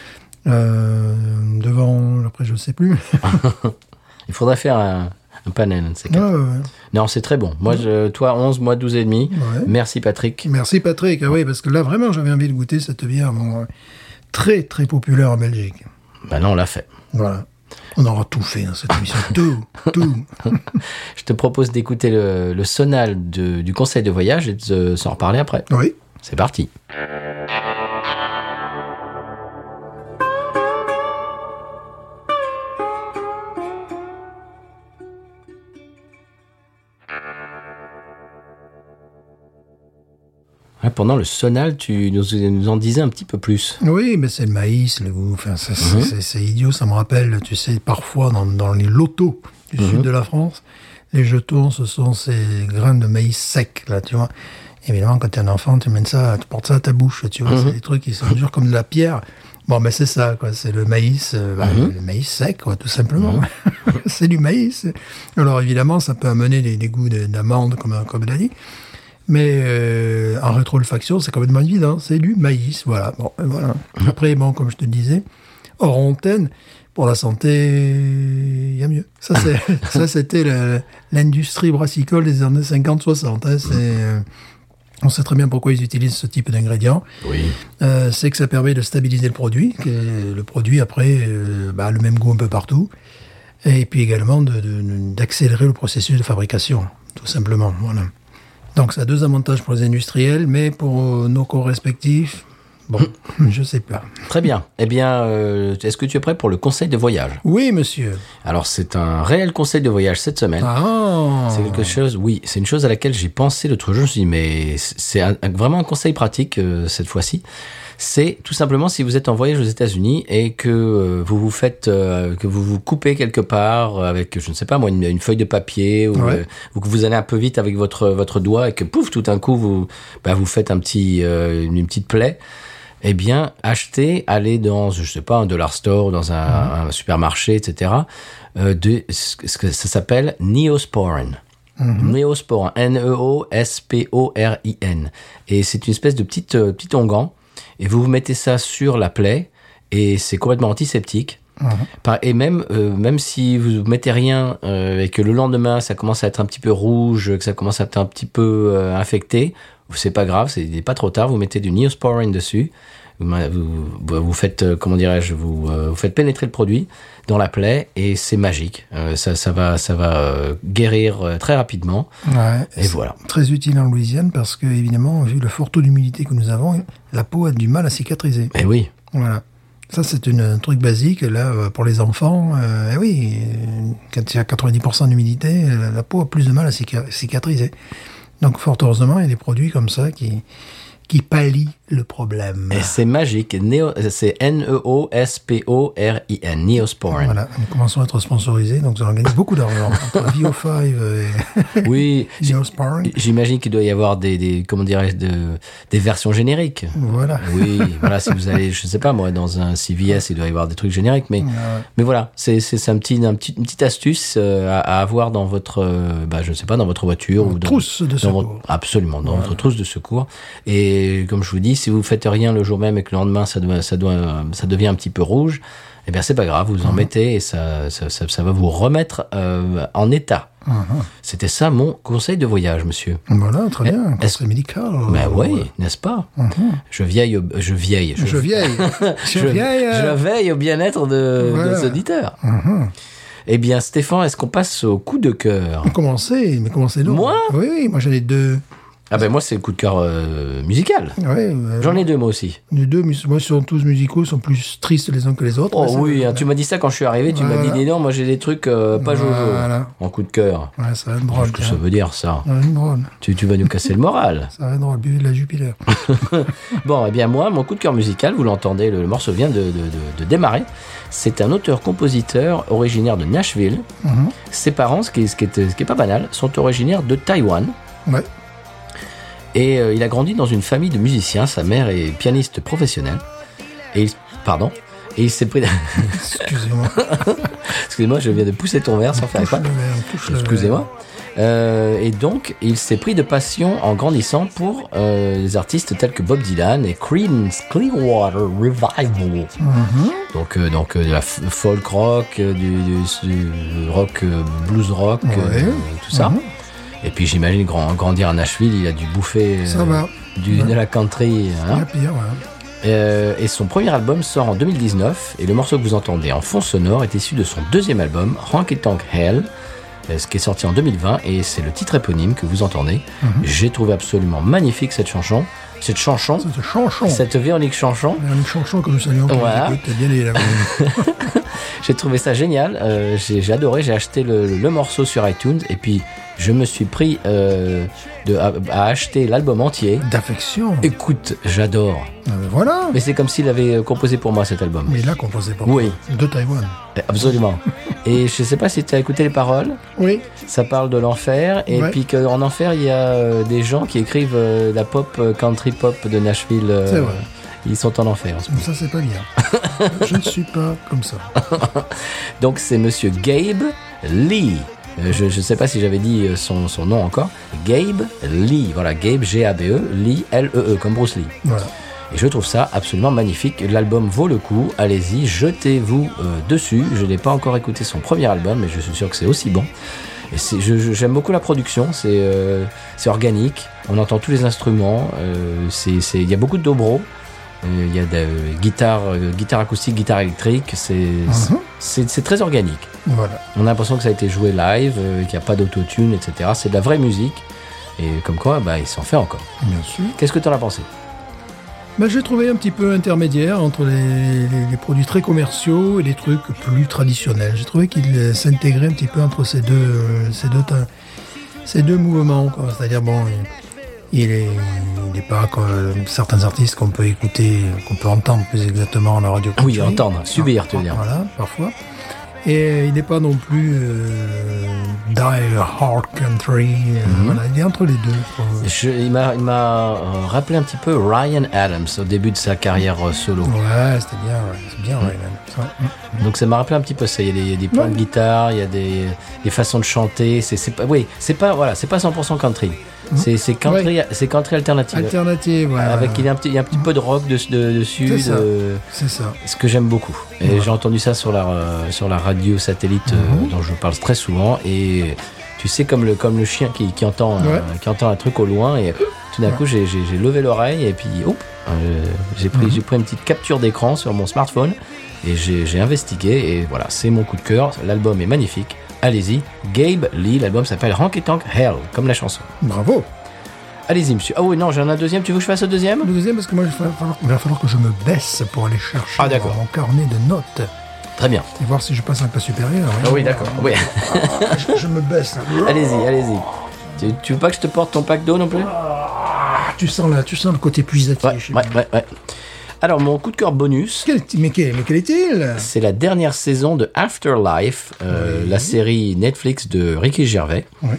Devant, après, je sais plus. Il faudrait faire un panel. Non, c'est très bon. Moi, toi, 11, moi, 12 et demi. Ouais. Merci, Patrick. Merci, Patrick. Ah oui, parce que là, vraiment, j'avais envie de goûter cette bière très, très populaire en Belgique. Ben non, on l'a fait. Voilà. On aura tout fait dans cette émission. Tout. Je te propose d'écouter le sonal du conseil de voyage et de s'en reparler après. Oui. C'est parti. Pendant le sonal, tu nous en disais un petit peu plus. Oui, mais c'est le maïs, le goût. Enfin, c'est idiot, ça me rappelle, tu sais, parfois dans les lotos du sud de la France, les jetons, ce sont ces grains de maïs secs, là, tu vois. Évidemment, quand tu es un enfant, tu portes ça à ta bouche, tu vois. C'est des trucs qui sont durs comme de la pierre. Bon, ben c'est ça, quoi. C'est le maïs, le maïs sec, quoi, tout simplement. C'est du maïs. Alors, évidemment, ça peut amener des goûts d'amande, comme il a dit. Mais en rétro-olfaction, c'est complètement évident. C'est du maïs, voilà. Bon, voilà. Après, bon, comme je te disais, hors antenne, pour la santé, il y a mieux. Ça, c'était l'industrie brassicole des années 50-60. Hein. On sait très bien pourquoi ils utilisent ce type d'ingrédients. Oui. C'est que ça permet de stabiliser le produit. Que le produit, après, a le même goût un peu partout. Et puis également d'accélérer le processus de fabrication, tout simplement. Voilà. Donc, ça a 2 avantages pour les industriels, mais pour nos corps respectifs, bon, je sais pas. Très bien. Eh bien, est-ce que tu es prêt pour le conseil de voyage? Oui, monsieur. Alors, c'est un réel conseil de voyage cette semaine. Ah. C'est quelque chose, oui, c'est une chose à laquelle j'ai pensé l'autre jour. Je me suis dit, mais c'est vraiment un conseil pratique cette fois-ci. C'est tout simplement si vous êtes en voyage aux États-Unis et que vous vous coupez quelque part avec, je ne sais pas moi, une feuille de papier ou que vous allez un peu vite avec votre doigt et que pouf, tout d'un coup vous faites une petite plaie. Eh bien, allez dans, je sais pas, un dollar store, dans un supermarché, etc. Ce que ça s'appelle Neosporin. Neosporin, Neosporin. Et c'est une espèce de petit onguent. Et vous mettez ça sur la plaie, et c'est complètement antiseptique. Et même si vous mettez rien, et que le lendemain, ça commence à être un petit peu rouge, que ça commence à être un petit peu infecté, c'est pas grave, il n'est pas trop tard, vous mettez du Neosporin dessus, vous faites, vous faites pénétrer le produit dans la plaie, et c'est magique. Ça va guérir très rapidement. Ouais, et voilà. Très utile en Louisiane, parce que, évidemment, vu le fort taux d'humidité que nous avons, la peau a du mal à cicatriser. Et oui. Voilà. Ça, c'est un truc basique, là, pour les enfants. Oui, quand il y a 90% d'humidité, la peau a plus de mal à cicatriser. Donc, fort heureusement, il y a des produits comme ça qui pallient le problème. Et c'est magique. C'est Neosporin. Neosporin. Voilà, nous commençons à être sponsorisés, donc nous allons gagner beaucoup d'argent. Entre la VO5 et oui, Neosporin. J'imagine qu'il doit y avoir des versions génériques. Voilà. Oui, voilà, si vous allez, je sais pas moi, dans un CVS, il doit y avoir des trucs génériques, mais voilà, c'est une petite astuce à avoir dans votre, je sais pas, dans votre voiture ou dans trousse de secours. Absolument, dans votre trousse de secours. Et comme je vous dis, si vous faites rien le jour même et que le lendemain ça devient un petit peu rouge, eh bien c'est pas grave, vous en mettez et ça va vous remettre en état. C'était ça mon conseil de voyage, monsieur. Voilà, très bien, conseil médical. Ben oui, n'est-ce pas? Je veille au bien-être des auditeurs. Eh bien, Stéphane, est-ce qu'on passe au coup de cœur? Commencez donc. Moi? Oui, moi j'en ai 2. Ah ben moi, c'est le coup de cœur musical. Ouais, J'en ai deux, moi aussi. les deux, moi, sont tous musicaux, sont plus tristes les uns que les autres. Oh mais oui, hein, tu m'as dit ça quand je suis arrivé, tu m'as dit, dis non, moi j'ai des trucs pas jojo Voilà. en coup de cœur. Ouais, ça va être drôle. Qu'est-ce que ça veut dire, ça? Ça va être drôle. Tu vas nous casser le moral. Ça va être drôle, buvez de la Jupiler. Bon, eh bien moi, mon coup de cœur musical, vous l'entendez, le morceau vient de démarrer. C'est un auteur-compositeur originaire de Nashville. Ses parents, ce qui est pas banal, sont originaires de Taïwan. Ouais. Et il a grandi dans une famille de musiciens. Sa mère est pianiste professionnelle. Et il s'est pris... Excusez-moi. Excusez-moi, je viens de pousser ton verre sans faire Touche exprès. le verre, touche le verre. Excusez-moi. Et donc, il s'est pris de passion en grandissant pour des artistes tels que Bob Dylan et Creedence Clearwater Revival. Donc de la folk rock, du rock, blues rock, Ouais. tout ça. Et puis j'imagine grandir à Nashville, il a dû bouffer Ça va. de la country. Hein. Pas pire, ouais. Et son premier album sort en 2019 et le morceau que vous entendez en fond sonore est issu de son deuxième album, Honky Tonk Hell, ce qui est sorti en 2020 et c'est le titre éponyme que vous entendez. J'ai trouvé absolument magnifique cette chanson. C'est chanson. Cette Véronique Chanson. Véronique Chanson, comme nous saluons. Voilà. T'as bien les là. J'ai trouvé ça génial. J'ai adoré. J'ai acheté le morceau sur iTunes et puis je me suis pris à acheter l'album entier. D'affection. Écoute, j'adore. Ah ben voilà. Mais c'est comme s'il avait composé pour moi cet album. Mais il l'a composé pour Oui. de Taïwan. Absolument. Et je sais pas si tu as écouté les paroles. Oui. Ça parle de l'enfer et Ouais. puis qu'en enfer il y a des gens qui écrivent la pop country pop de Nashville. C'est vrai. Ils sont en enfer. En ce moment. Ça, c'est pas bien. Je ne suis pas comme ça. Donc c'est monsieur Gabe Lee. Je ne sais pas si j'avais dit son nom encore. Gabe Lee. Voilà, Gabe G-A-B-E, Lee L-E-E, comme Bruce Lee. Voilà. Et je trouve ça absolument magnifique. L'album vaut le coup. Allez-y, jetez-vous dessus. Je n'ai pas encore écouté son premier album, mais je suis sûr que c'est aussi bon. Et j'aime beaucoup la production. C'est organique. On entend tous les instruments. Il y a beaucoup de dobro. Il y a des guitare acoustique, guitare électrique. C'est très organique. Voilà. On a l'impression que ça a été joué live, qu'il n'y a pas d'autotune, etc. C'est de la vraie musique. Et comme quoi, il s'en fait encore. Bien sûr. Qu'est-ce que tu en as pensé? J'ai trouvé un petit peu intermédiaire entre les produits très commerciaux et les trucs plus traditionnels. J'ai trouvé qu'il s'intégrait un petit peu entre ces deux mouvements, quoi. C'est-à-dire, bon, il est pas comme certains artistes qu'on peut écouter, qu'on peut entendre plus exactement à la radio. Oui, entendre, subir, tu veux dire. Voilà, parfois. Et il n'est pas non plus die hard country. Voilà, il est entre les deux. Il m'a rappelé un petit peu Ryan Adams au début de sa carrière solo. Ouais, c'était bien, ouais. C'est bien Ryan Adams. Ouais. Donc ça m'a rappelé un petit peu ça. Il y a des points de guitare, il y a des façons de chanter. C'est pas 100% country. C'est country, c'est country alternative. Alternative, ouais. Avec il y a un petit peu de rock dessus. C'est ça. Ce que j'aime beaucoup. Et j'ai entendu ça sur la radio satellite dont je parle très souvent. Et tu sais, comme le chien qui entend un truc au loin et tout d'un coup j'ai levé l'oreille et puis j'ai pris une petite capture d'écran sur mon smartphone et j'ai investigué et voilà, c'est mon coup de cœur. L'album est magnifique. Allez-y, Gabe Lee, l'album s'appelle Honky Tonk Hell, comme la chanson. Bravo. Allez-y, monsieur. Ah oui, non, j'en ai un deuxième. Tu veux que je fasse le deuxième? Le deuxième, parce que moi, il va falloir que je me baisse pour aller chercher mon carnet de notes. Très bien. Et voir si je passe un pas supérieur. Ah oui, d'accord. Oui. Je me baisse. Allez-y. Tu veux pas que je te porte ton pack d'eau non plus? Tu sens le côté puisatif. Ouais. Alors, mon coup de cœur bonus. Mais quel est-il? C'est la dernière saison de Afterlife, la série Netflix de Ricky Gervais. Oui.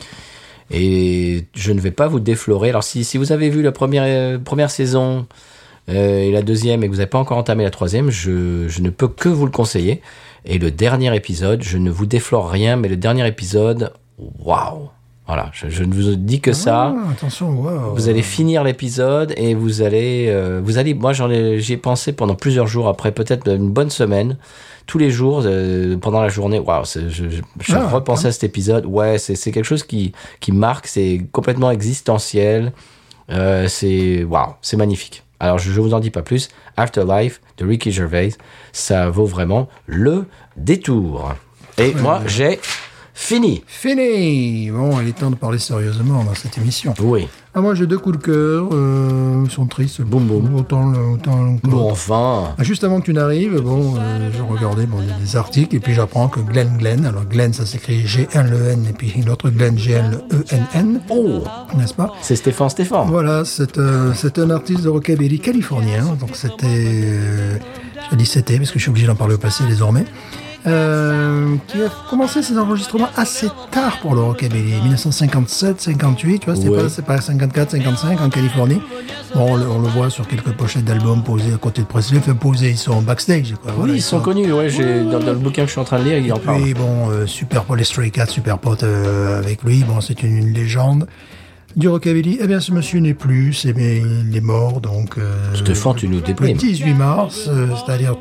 Et je ne vais pas vous déflorer. Alors, si vous avez vu la première saison et la deuxième et que vous n'avez pas encore entamé la troisième, je ne peux que vous le conseiller. Et le dernier épisode, je ne vous déflore rien, mais le dernier épisode, waouh! Voilà, je ne vous dis que ça. Attention, wow. Vous allez finir l'épisode et vous allez, moi j'y ai pensé pendant plusieurs jours après, peut-être une bonne semaine, tous les jours, pendant la journée. Waouh, je repensais à cet épisode. Ouais, c'est quelque chose qui marque, c'est complètement existentiel. C'est magnifique. Alors je vous en dis pas plus. Afterlife de Ricky Gervais, ça vaut vraiment le détour. Et moi j'ai Fini. Fini. Bon, il est temps de parler sérieusement dans cette émission. Oui. Ah, moi, j'ai 2 coups de cœur. Ils sont tristes. Boum, boum. Autant. Bon, enfin. Ah, juste avant que tu n'arrives, je regardais des articles et puis j'apprends que Glenn, alors Glenn, ça s'écrit G-L-E-N et puis l'autre Glenn, G-L-E-N-N. Oh. N'est-ce pas? C'est Stéphane. Voilà, c'est un artiste de rockabilly californien. Donc c'était... je dis c'était parce que je suis obligé d'en parler au passé désormais. Qui a commencé ses enregistrements assez tard pour le rockabilly, 1957, 58, tu vois, c'est pas 54, 55 en Californie. Bon, on le voit sur quelques pochettes d'albums posés à côté de Presley, ils sont backstage, quoi. Oui, Voilà, ils sont connus, ouais, dans le bouquin que je suis en train de lire, il en parle. Et bon, super pour les Stray Cats, super pote avec lui, bon, c'est une légende du rockabilly. Eh bien, ce monsieur n'est plus, il est mort, donc... Stéphane, tu nous déprimes. Le 18 mars, c'est-à-dire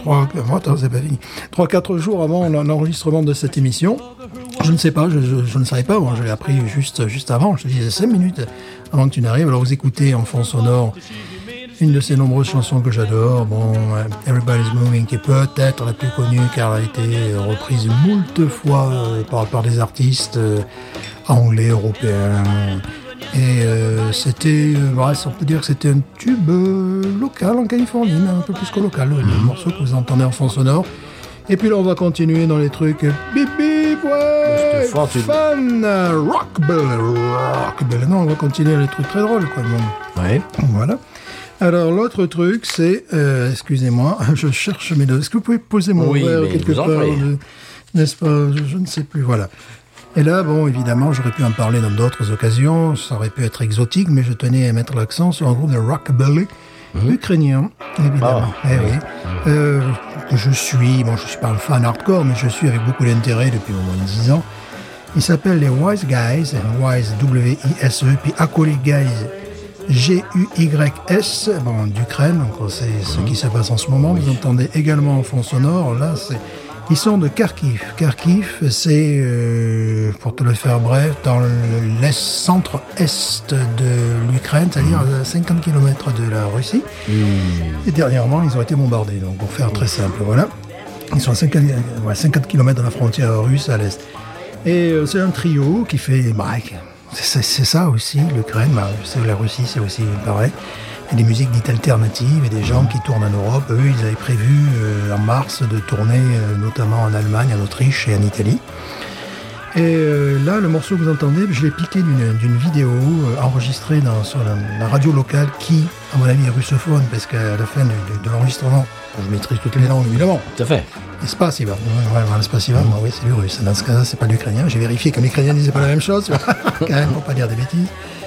3-4 jours avant l'enregistrement de cette émission. Je ne sais pas, je ne savais pas, moi, je l'ai appris juste avant, je te disais 5 minutes avant que tu n'arrives. Alors, vous écoutez en fond sonore une de ces nombreuses chansons que j'adore, Everybody's Moving, qui est peut-être la plus connue, car elle a été reprise moult fois par des artistes anglais, européens... Et c'était, on peut dire que c'était un tube local en Californie, mais un peu plus que local, le morceau que vous entendez en fond sonore. Et puis là, on va continuer dans les trucs bip bip, ouais, fun, rockable. Non, on va continuer les trucs très drôles, quoi. Bon. Ouais. Voilà. Alors, l'autre truc, c'est, excusez-moi, je cherche mes deux. Est-ce que vous pouvez poser mon verre quelque part, n'est-ce pas, je ne sais plus, voilà. Et là, bon, évidemment, j'aurais pu en parler dans d'autres occasions, ça aurait pu être exotique, mais je tenais à mettre l'accent sur un groupe de rockabilly ukrainien, évidemment. Je suis pas un fan hardcore, mais je suis avec beaucoup d'intérêt depuis au moins 10 ans. Ils s'appellent les Wise Guys, Wise, W-I-S-E, puis Accolade Guys, G-U-Y-S, d'Ukraine, donc c'est ce qui se passe en ce moment. Vous entendez également en fond sonore, là, ils sont de Kharkiv. Kharkiv, c'est, pour te le faire bref, dans centre-est de l'Ukraine, c'est-à-dire à 50 km de la Russie. Et dernièrement, ils ont été bombardés. Donc, pour faire très simple, voilà. Ils sont à 50 km de la frontière russe à l'est. Et c'est un trio qui fait... c'est ça aussi, l'Ukraine. La Russie, c'est aussi pareil. Et des musiques dites alternatives et des gens qui tournent en Europe. Eux, ils avaient prévu en mars de tourner notamment en Allemagne, en Autriche et en Italie. Et là, le morceau que vous entendez, je l'ai piqué d'une vidéo enregistrée sur la radio locale qui, à mon avis, est russophone, parce qu'à la fin de l'enregistrement, je maîtrise toutes les langues, évidemment. Tout à fait. Espaciva. Espaciva, oui, c'est du russe. Dans ce cas-là, c'est pas l'ukrainien. J'ai vérifié que l'ukrainien disait pas la même chose, quand même, pour pas dire des bêtises.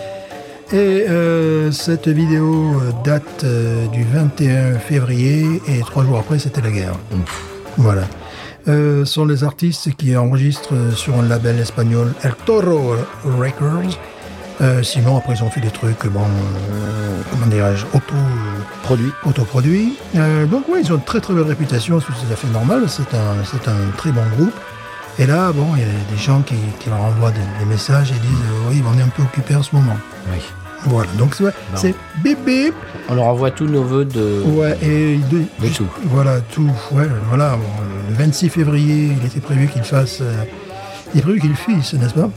Et cette vidéo date du 21 février et 3 jours après, c'était la guerre. Voilà. Sont les artistes qui enregistrent sur un label espagnol, El Toro Records. Sinon, après, ils ont fait des trucs, comment dirais-je, autoproduits. Donc, oui, ils ont une très très belle réputation, c'est tout à fait normal. C'est un très bon groupe. Et là, il y a des gens qui leur envoient des messages et disent oui, on est un peu occupés en ce moment. Oui. Voilà, donc c'est bip bip. On leur envoie tous nos vœux de... Ouais, et de tout. Voilà, tout. Ouais, voilà. Le 26 février, il était prévu qu'il fasse... il est prévu qu'il fisse, n'est-ce pas?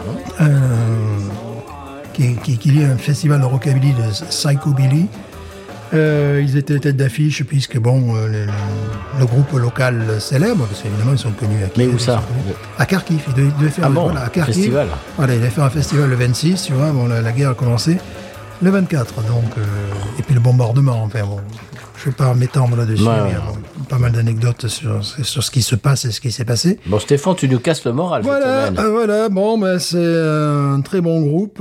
Qu'il y ait un festival de rockabilly de Psychobilly. Ils étaient tête d'affiche puisque le groupe local célèbre, parce qu'évidemment ils sont connus à Kiev. Mais où ça? À Kharkiv. Il devait faire à Kharkiv. Festival. Voilà, il devait faire un festival le 26, tu vois. La guerre a commencé le 24, donc et puis le bombardement. Enfin je vais pas m'étendre là-dessus. Ouais. Il y a pas mal d'anecdotes sur ce qui se passe et ce qui s'est passé. Bon, Stéphane, tu nous casses le moral. Voilà, c'est un très bon groupe.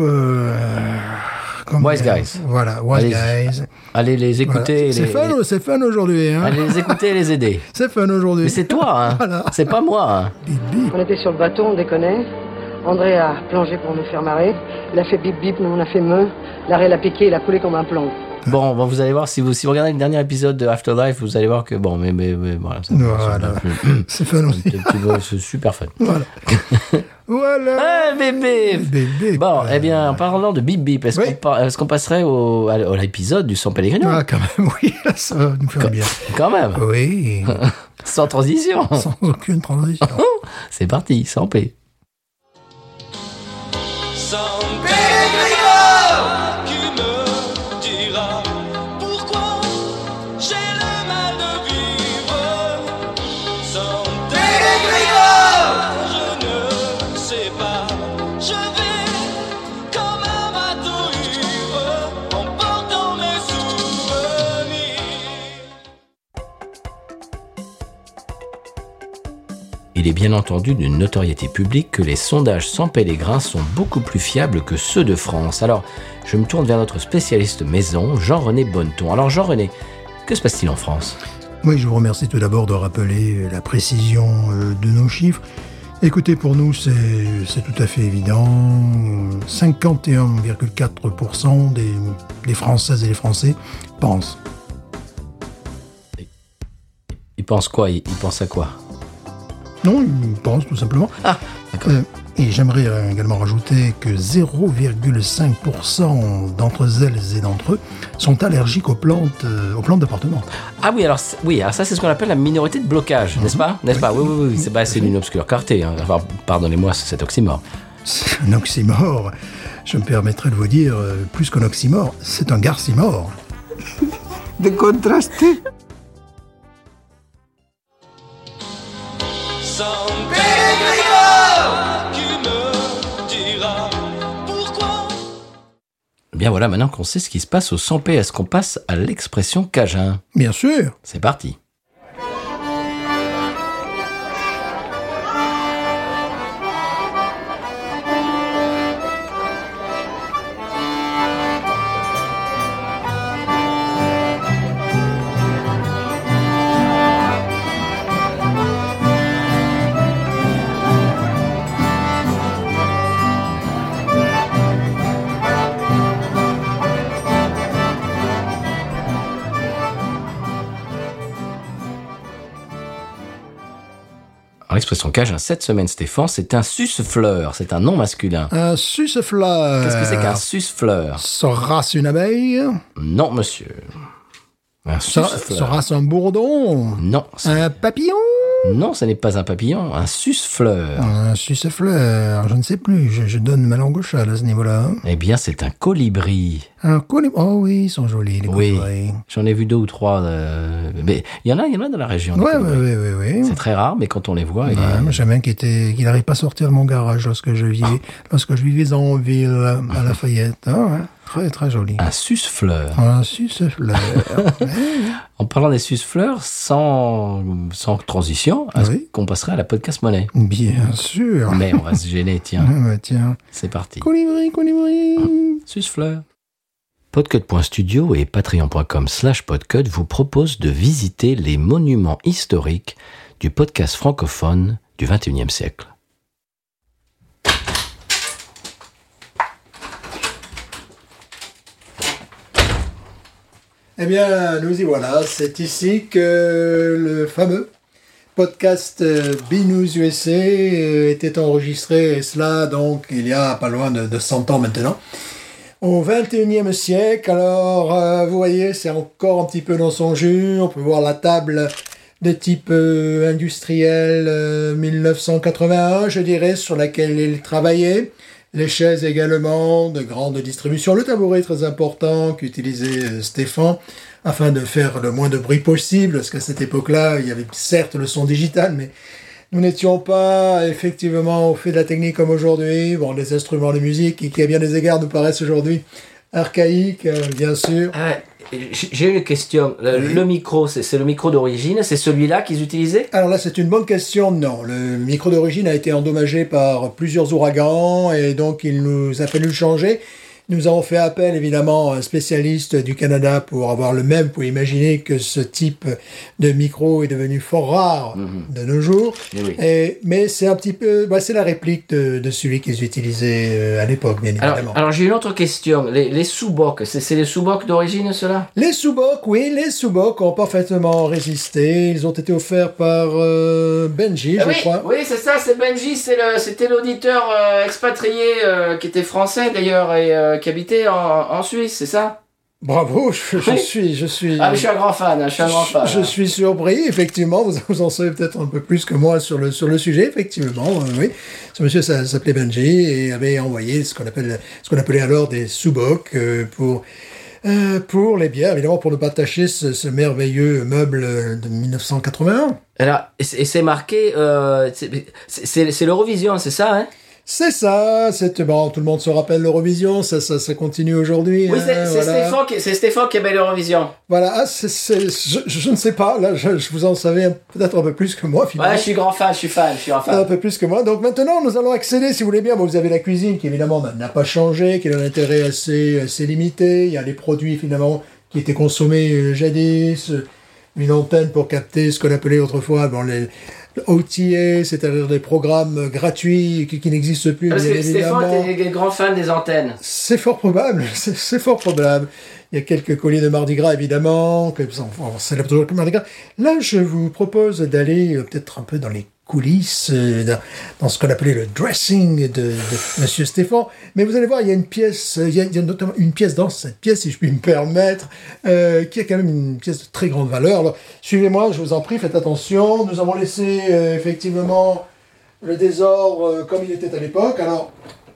Wise Guys. Voilà, Wise Guys. Allez les écouter. Voilà. C'est fun aujourd'hui. Hein. Allez les écouter et les aider. C'est fun aujourd'hui. Mais c'est toi, hein. Voilà. C'est pas moi. Hein. Bip, bip. On était sur le bateau, on déconnait. André a plongé pour nous faire marrer. Il a fait bip bip, nous on a fait meu. L'arrêt l'a piqué, il a coulé comme un plomb. Bon, vous allez voir, si vous regardez le dernier épisode de Afterlife, vous allez voir que mais voilà. C'est fun aussi. C'est super fun. Voilà. Voilà. Ah, bébé. Bon, eh bien, en parlant de bip bip, est-ce qu'on passerait à l'épisode du San Pellegrino? Ah, quand même, oui, ça nous ferait bien. Quand même. Oui. Sans transition. Sans aucune transition. C'est parti, sans P. bien entendu d'une notoriété publique que les sondages San Pellegrin sont beaucoup plus fiables que ceux de France. Alors, je me tourne vers notre spécialiste maison, Jean-René Bonneton. Alors Jean-René, que se passe-t-il en France ? Oui, je vous remercie tout d'abord de rappeler la précision de nos chiffres. Écoutez, pour nous, c'est tout à fait évident. 51,4% des Françaises et des Français pensent. Ils pensent quoi ? Ils pensent à quoi ? Non, ils pensent tout simplement. Ah, d'accord. Et j'aimerais également rajouter que 0,5% d'entre elles et d'entre eux sont allergiques aux plantes d'appartement. Ah oui, alors ça c'est ce qu'on appelle la minorité de blocage, n'est-ce pas ? N'est-ce pas ? Oui, c'est une obscure clarté. Hein. Enfin, pardonnez-moi, c'est cet oxymore. C'est un oxymore. Je me permettrai de vous dire, plus qu'un oxymore, c'est un garcimore. Décontrasté. Bien voilà, maintenant qu'on sait ce qui se passe au 100p, est-ce qu'on passe à l'expression Cajun ? Bien sûr. C'est parti. Alors, l'expression Cajun cette semaine, Stéphane, c'est un sucefleur, c'est un nom masculin. Un sucefleur. Qu'est-ce que c'est qu'un sucefleur ? Sera-ce une abeille ? Non, monsieur. Un sucefleur. Sera-ce un bourdon ? Non. Un papillon ? Non, ce n'est pas un papillon, un sucefleur. Un sucefleur, je ne sais plus, je donne ma langue au chat à ce niveau-là. Eh bien, c'est un colibri. Un colibri. Oh oui, ils sont jolis, les colibris. J'en ai vu 2 ou 3. Mais il y en a dans la région. Oui. C'est très rare, mais quand on les voit... J'ai même qu'il n'arrive pas à sortir de mon garage lorsque je vivais en ville, à Lafayette. Très, très joli. Un sucefleur. Un sucefleur. En parlant des sucefleurs, sans transition, est-ce qu'on passerait à la podcast monnaie ? Bien sûr. Mais on va se gêner, tiens. Tiens. C'est parti. Colibri. Sucefleur. Podcut.studio et patreon.com/podcut vous proposent de visiter les monuments historiques du podcast francophone du XXIe siècle. Eh bien, nous y voilà. C'est ici que le fameux podcast B-News USA était enregistré, et cela, donc, il y a pas loin de 100 ans maintenant. Au XXIe siècle, alors, vous voyez, c'est encore un petit peu dans son jus. On peut voir la table de type industriel 1981, je dirais, sur laquelle il travaillait. Les chaises également, de grande distribution. Le tabouret très important qu'utilisait Stéphane afin de faire le moins de bruit possible, parce qu'à cette époque-là, il y avait certes le son digital, mais nous n'étions pas effectivement au fait de la technique comme aujourd'hui. Bon, les instruments de musique qui à bien des égards nous paraissent aujourd'hui archaïques, bien sûr. J'ai une question. Le micro, c'est le micro d'origine, c'est celui-là qu'ils utilisaient ? Alors là, c'est une bonne question. Non, le micro d'origine a été endommagé par plusieurs ouragans et donc il nous a fallu le changer. Nous avons fait appel évidemment à un spécialiste du Canada pour avoir le même. Vous pouvez imaginer que ce type de micro est devenu fort rare de nos jours. Mais c'est un petit peu, c'est la réplique de celui qu'ils utilisaient à l'époque, bien évidemment. Alors j'ai une autre question. Les sous-bocs, c'est les sous-bocs d'origine, ceux-là ? Les sous-bocs, oui, les sous-bocs ont parfaitement résisté. Ils ont été offerts par Benji, je crois. Oui, c'est ça, c'est Benji. C'était l'auditeur expatrié qui était français d'ailleurs et qui habitait en Suisse, c'est ça ? Bravo, je suis... Ah, mais je suis un grand fan, Je suis surpris, effectivement, vous en savez peut-être un peu plus que moi sur le sujet, effectivement, oui. Ce monsieur s'appelait Benji et avait envoyé ce qu'on appelait alors des sous-bocs pour les bières, évidemment, pour ne pas tâcher ce merveilleux meuble de 1981. Alors, et c'est marqué, c'est l'Eurovision, c'est ça, hein ? C'est ça, bon, tout le monde se rappelle l'Eurovision, ça continue aujourd'hui. Oui, hein, c'est Stéphane qui aimait l'Eurovision. Voilà, je ne sais pas, là, je vous en savez peut-être un peu plus que moi, finalement. Ouais, je suis grand fan, je suis fan. Un peu plus que moi. Donc maintenant, nous allons accéder, si vous voulez bien. Bon, vous avez la cuisine qui, évidemment, n'a pas changé, qui a un intérêt assez limité. Il y a les produits, finalement, qui étaient consommés jadis. Une antenne pour capter ce qu'on appelait autrefois les OTA, c'est-à-dire des programmes gratuits qui n'existent plus. Parce que Stéphane était grand fan des antennes. C'est fort probable, c'est fort probable. Il y a quelques colliers de Mardi Gras, évidemment, on célèbre toujours le Mardi Gras. Là, je vous propose d'aller peut-être un peu dans les coulisses, dans ce qu'on appelait le dressing de Monsieur Stéphane. Mais vous allez voir, il y a une pièce, il y a notamment une pièce dans cette pièce, si je puis me permettre, qui est quand même une pièce de très grande valeur. Alors, suivez-moi, je vous en prie, faites attention. Nous avons laissé effectivement le désordre comme il était à l'époque. Alors,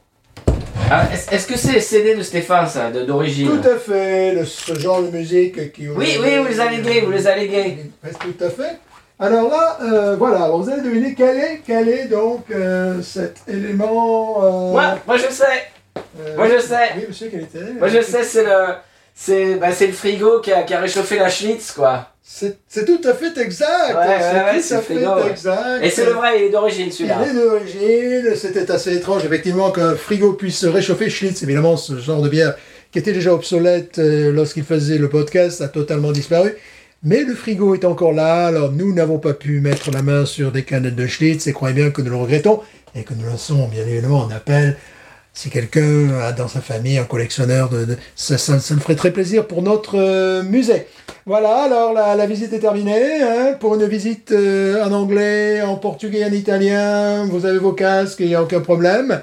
est-ce que c'est CD de Stéphane, ça, d'origine? Tout à fait, ce genre de musique qui... Oui, vous les alléguez. Tout à fait. Alors là, voilà, alors vous allez deviner quel est donc cet élément... Moi je sais. Oui, monsieur, quel était? Moi je sais, c'est le frigo qui a réchauffé la Schlitz, quoi. C'est tout à fait exact. C'est le frigo. Exact. Et c'est le vrai, il est d'origine celui-là. Il est d'origine, c'était assez étrange effectivement qu'un frigo puisse réchauffer Schlitz. Évidemment, ce genre de bière qui était déjà obsolète lorsqu'il faisait le podcast a totalement disparu. Mais le frigo est encore là, alors nous n'avons pas pu mettre la main sur des canettes de Schlitz et croyez bien que nous le regrettons et que nous lançons bien évidemment en appel. Si quelqu'un a dans sa famille un collectionneur ça me ferait très plaisir pour notre musée. Voilà, alors la visite est terminée. Hein, pour une visite en anglais, en portugais, en italien, vous avez vos casques, il n'y a aucun problème.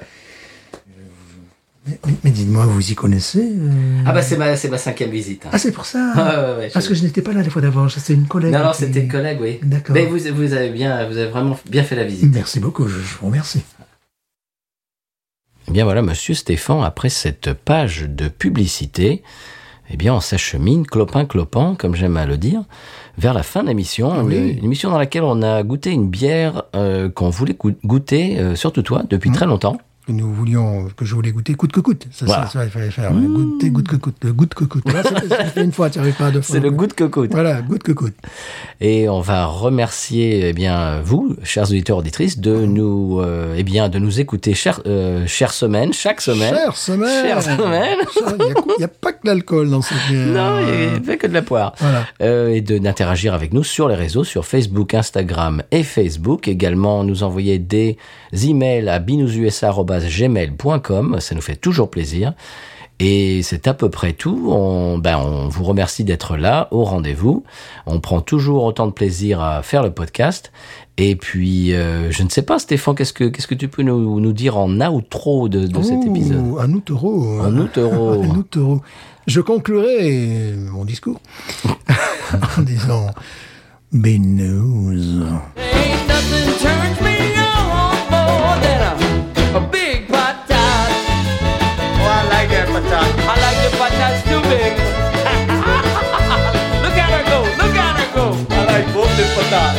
Mais dites-moi, vous y connaissez c'est ma 5e visite. Hein. Ah, c'est pour ça. Parce que je n'étais pas là les fois d'avant, c'était une collègue. Non, c'était une collègue, oui. D'accord. Mais vous avez vraiment bien fait la visite. Merci beaucoup, je vous remercie. Eh bien voilà, Monsieur Stéphane, après cette page de publicité, eh bien on s'achemine, clopin, comme j'aime à le dire, vers la fin de l'émission. Oui. Une émission dans laquelle on a goûté une bière qu'on voulait goûter, surtout toi, depuis très longtemps. Que je voulais goûter coûte que coûte. Voilà. Ça, il fallait faire. Goûter, goûte que coûte. Le goûte que coûte. Là, c'est fait une fois, tu n'y arrives pas à deux fois. C'est le goût que coûte. Voilà, goûte que coûte. Et on va remercier, vous, chers auditeurs, auditrices, de nous écouter chaque semaine. Chère semaine. Il n'y a pas que l'alcool dans cette bière. Non, il n'y a pas que de la poire. Voilà. Et d'interagir avec nous sur les réseaux, sur Facebook, Instagram et Facebook. Également, nous envoyer des emails à binoususa@gmail.com, ça nous fait toujours plaisir. Et c'est à peu près tout. On vous remercie d'être là, au rendez-vous. On prend toujours autant de plaisir à faire le podcast. Et puis, je ne sais pas, Stéphane, qu'est-ce que tu peux nous dire en outro de cet épisode? Un outro. Un outro. Je conclurai mon discours en disant Binous. Ain't nothing turns me on more than a big patat. Oh, I like that patat. I like the patats too big. Look at her go. I like both the patats.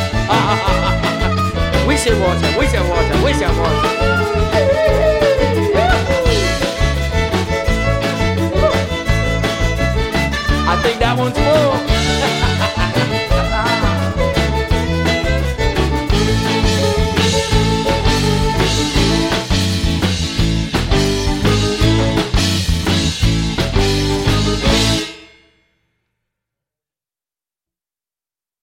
We should water. I think that one's full.